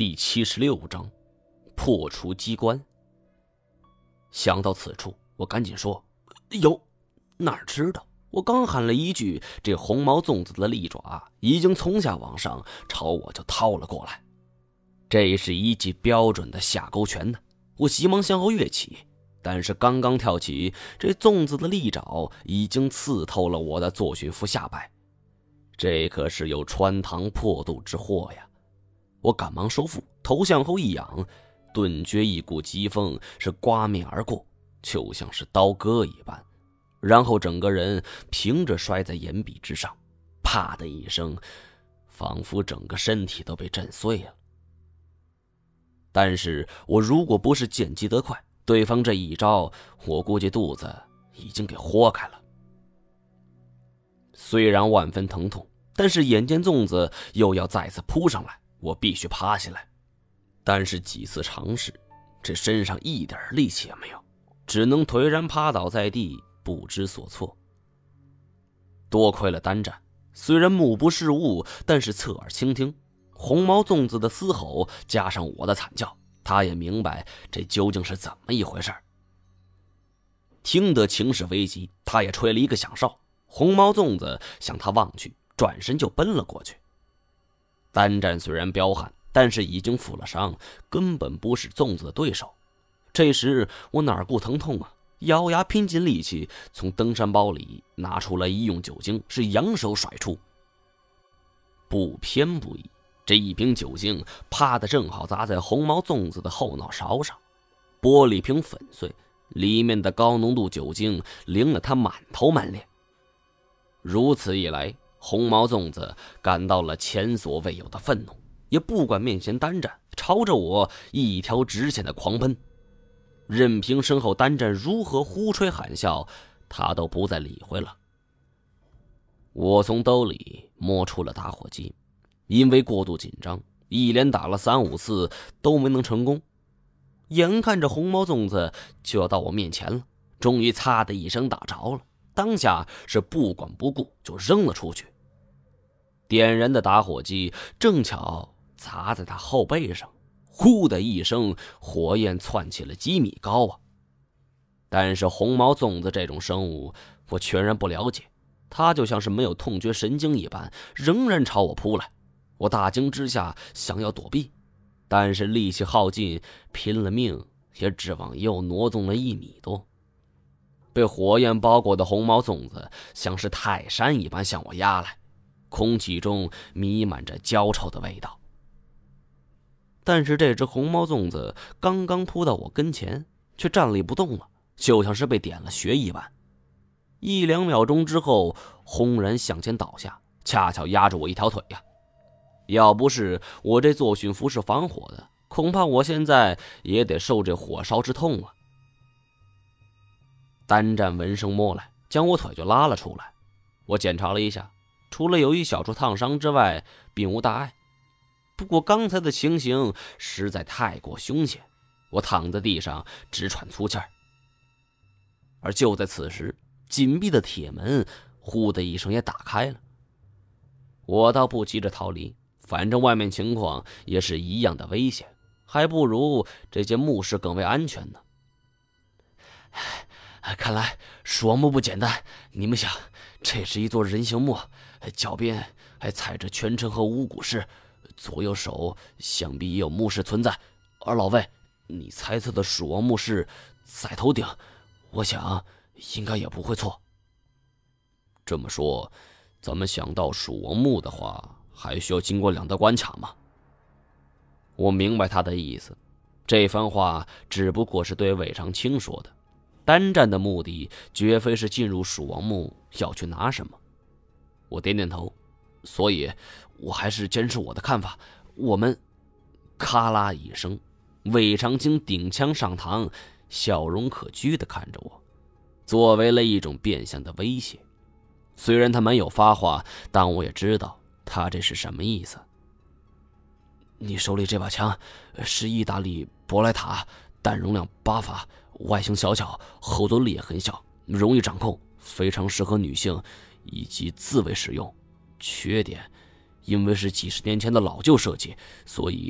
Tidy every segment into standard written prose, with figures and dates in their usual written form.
第76章破除机关。想到此处，我赶紧说：“哟，哪知道？”我刚喊了一句，这红毛粽子的利爪已经从下往上朝我就掏了过来。这是一记标准的下勾拳呢。我急忙向后跃起，但是刚刚跳起，这粽子的利爪已经刺透了我的作训服下摆。这可是有穿膛破肚之祸呀！我赶忙收腹，头向后一仰，顿觉一股疾风是刮面而过，就像是刀割一般，然后整个人平着摔在岩壁之上，啪的一声，仿佛整个身体都被震碎了。但是我如果不是见机得快，对方这一招，我估计肚子已经给豁开了。虽然万分疼痛，但是眼见粽子又要再次扑上来，我必须爬起来。但是几次尝试，这身上一点力气也没有，只能颓然趴倒在地，不知所措。多亏了单战，虽然目不识物，但是侧耳倾听红毛粽子的嘶吼加上我的惨叫，他也明白这究竟是怎么一回事。听得情势危急，他也吹了一个响哨，红毛粽子向他望去，转身就奔了过去。单战虽然彪悍，但是已经负了伤，根本不是粽子的对手。这时我哪顾疼痛啊，咬牙拼尽力气，从登山包里拿出了医用酒精，是扬手甩出。不偏不倚，这一瓶酒精啪的正好砸在红毛粽子的后脑勺上，玻璃瓶粉碎，里面的高浓度酒精淋了他满头满脸。如此一来，红毛粽子感到了前所未有的愤怒，也不管面前单战，朝着我一条直线的狂奔。任凭身后单战如何呼吹喊啸，他都不再理会了。我从兜里摸出了打火机，因为过度紧张，一连打了3、5次都没能成功。眼看着红毛粽子就要到我面前了，终于擦的一声打着了，当下是不管不顾就扔了出去。点燃的打火机正巧砸在他后背上，呼的一声，火焰窜起了几米高啊！但是红毛粽子这种生物我全然不了解，他就像是没有痛觉神经一般，仍然朝我扑来。我大惊之下想要躲避，但是力气耗尽，拼了命也只往右挪动了1米多。被火焰包裹的红毛粽子像是泰山一般向我压来，空气中弥漫着焦臭的味道。但是这只红毛粽子刚刚扑到我跟前，却站立不动了，就像是被点了穴一般。1、2秒钟之后，轰然向前倒下，恰巧压着我一条腿呀！要不是我这作训服是防火的，恐怕我现在也得受这火烧之痛了。单战闻声摸来，将我腿就拉了出来。我检查了一下，除了有一小处烫伤之外，并无大碍。不过刚才的情形实在太过凶险，我躺在地上直喘粗气儿。而就在此时，紧闭的铁门呼的一声也打开了。我倒不急着逃离，反正外面情况也是一样的危险，还不如这间墓室更为安全呢。看来蜀王墓不简单，你们想，这是一座人形墓，脚边还踩着权臣和五股氏，左右手想必也有墓室存在。而老魏，你猜测的蜀王墓室在头顶，我想应该也不会错。这么说，咱们想到蜀王墓的话，还需要经过2道关卡吗？我明白他的意思，这番话只不过是对魏长青说的。单战的目的绝非是进入蜀王墓要去拿什么。我点点头，所以我还是坚持我的看法，我们……咔啦一声，魏长青顶枪上膛，笑容可掬地看着我，作为了一种变相的威胁。虽然他没有发话，但我也知道他这是什么意思。你手里这把枪是意大利博莱塔，弹容量8发，外形小巧，后坐力也很小，容易掌控，非常适合女性以及自卫使用。缺点，因为是几十年前的老旧设计，所以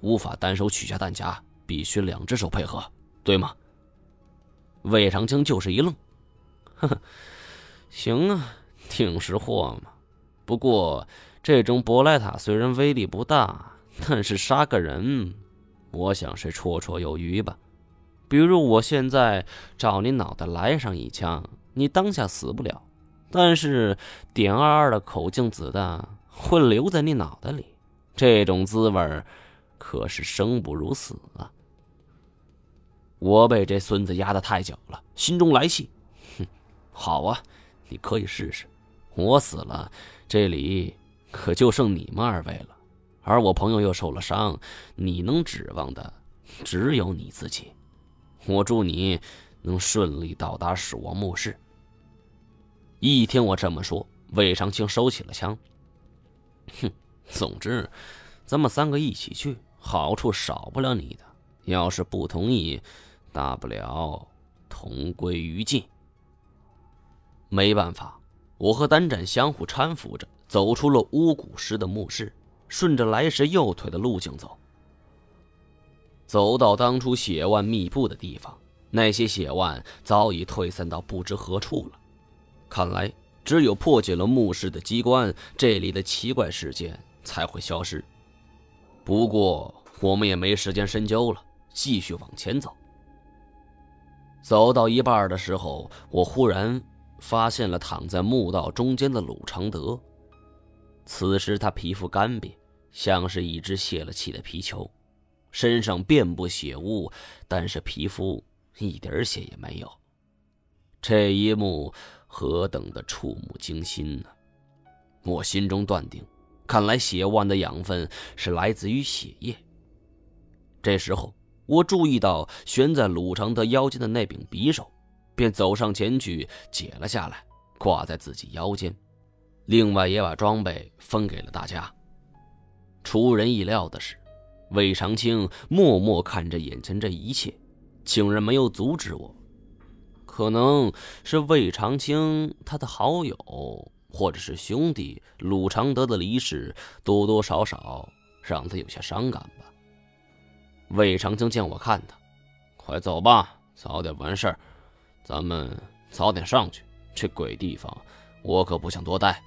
无法单手取下弹夹，必须2只手配合，对吗？魏长青就是一愣，呵呵，行啊，挺识货嘛。不过这种柏莱塔虽然威力不大，但是杀个人，我想是绰绰有余吧。比如我现在照你脑袋来上一枪，你当下死不了，但是点22的口径子弹会留在你脑袋里，这种滋味可是生不如死啊！我被这孙子压得太久了，心中来气。哼，好啊，你可以试试。我死了，这里可就剩你们2位了，而我朋友又受了伤，你能指望的只有你自己。我祝你能顺利到达蜀王墓室。一听我这么说，魏长青收起了枪。哼，总之咱们3个一起去，好处少不了你的。要是不同意，大不了同归于尽。没办法，我和单战相互搀扶着走出了巫蛊师的墓室，顺着来时右腿的路径走。走到当初血腕密布的地方，那些血腕早已退散到不知何处了。看来只有破解了墓室的机关，这里的奇怪事件才会消失。不过我们也没时间深究了，继续往前走。走到一半的时候，我忽然发现了躺在墓道中间的鲁常德。此时他皮肤干瘪，像是一只泄了气的皮球，身上遍布血污，但是皮肤一点血也没有。这一幕何等的触目惊心呢！我心中断定，看来血腕的养分是来自于血液。这时候我注意到悬在鲁常德腰间的那柄匕首，便走上前去解了下来，挂在自己腰间，另外也把装备分给了大家。出人意料的是，魏长青默默看着眼前这一切，竟然没有阻止我。可能是魏长青他的好友或者是兄弟鲁常德的离世，多多少少让他有些伤感吧。魏长青见我看他，快走吧，早点完事儿，咱们早点上去，这鬼地方我可不想多待。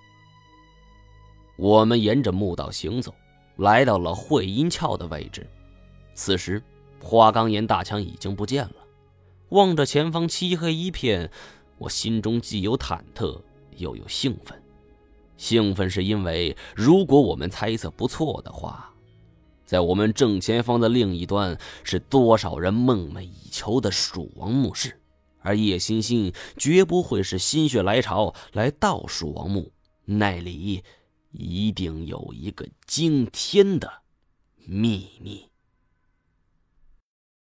我们沿着墓道行走，来到了会阴鞘的位置。此时花岗岩大枪已经不见了，望着前方漆黑一片，我心中既有忐忑又有兴奋。兴奋是因为如果我们猜测不错的话，在我们正前方的另一端是多少人梦寐以求的蜀王墓室，而叶欣欣绝不会是心血来潮来到蜀王墓，那里一定有一个惊天的秘密。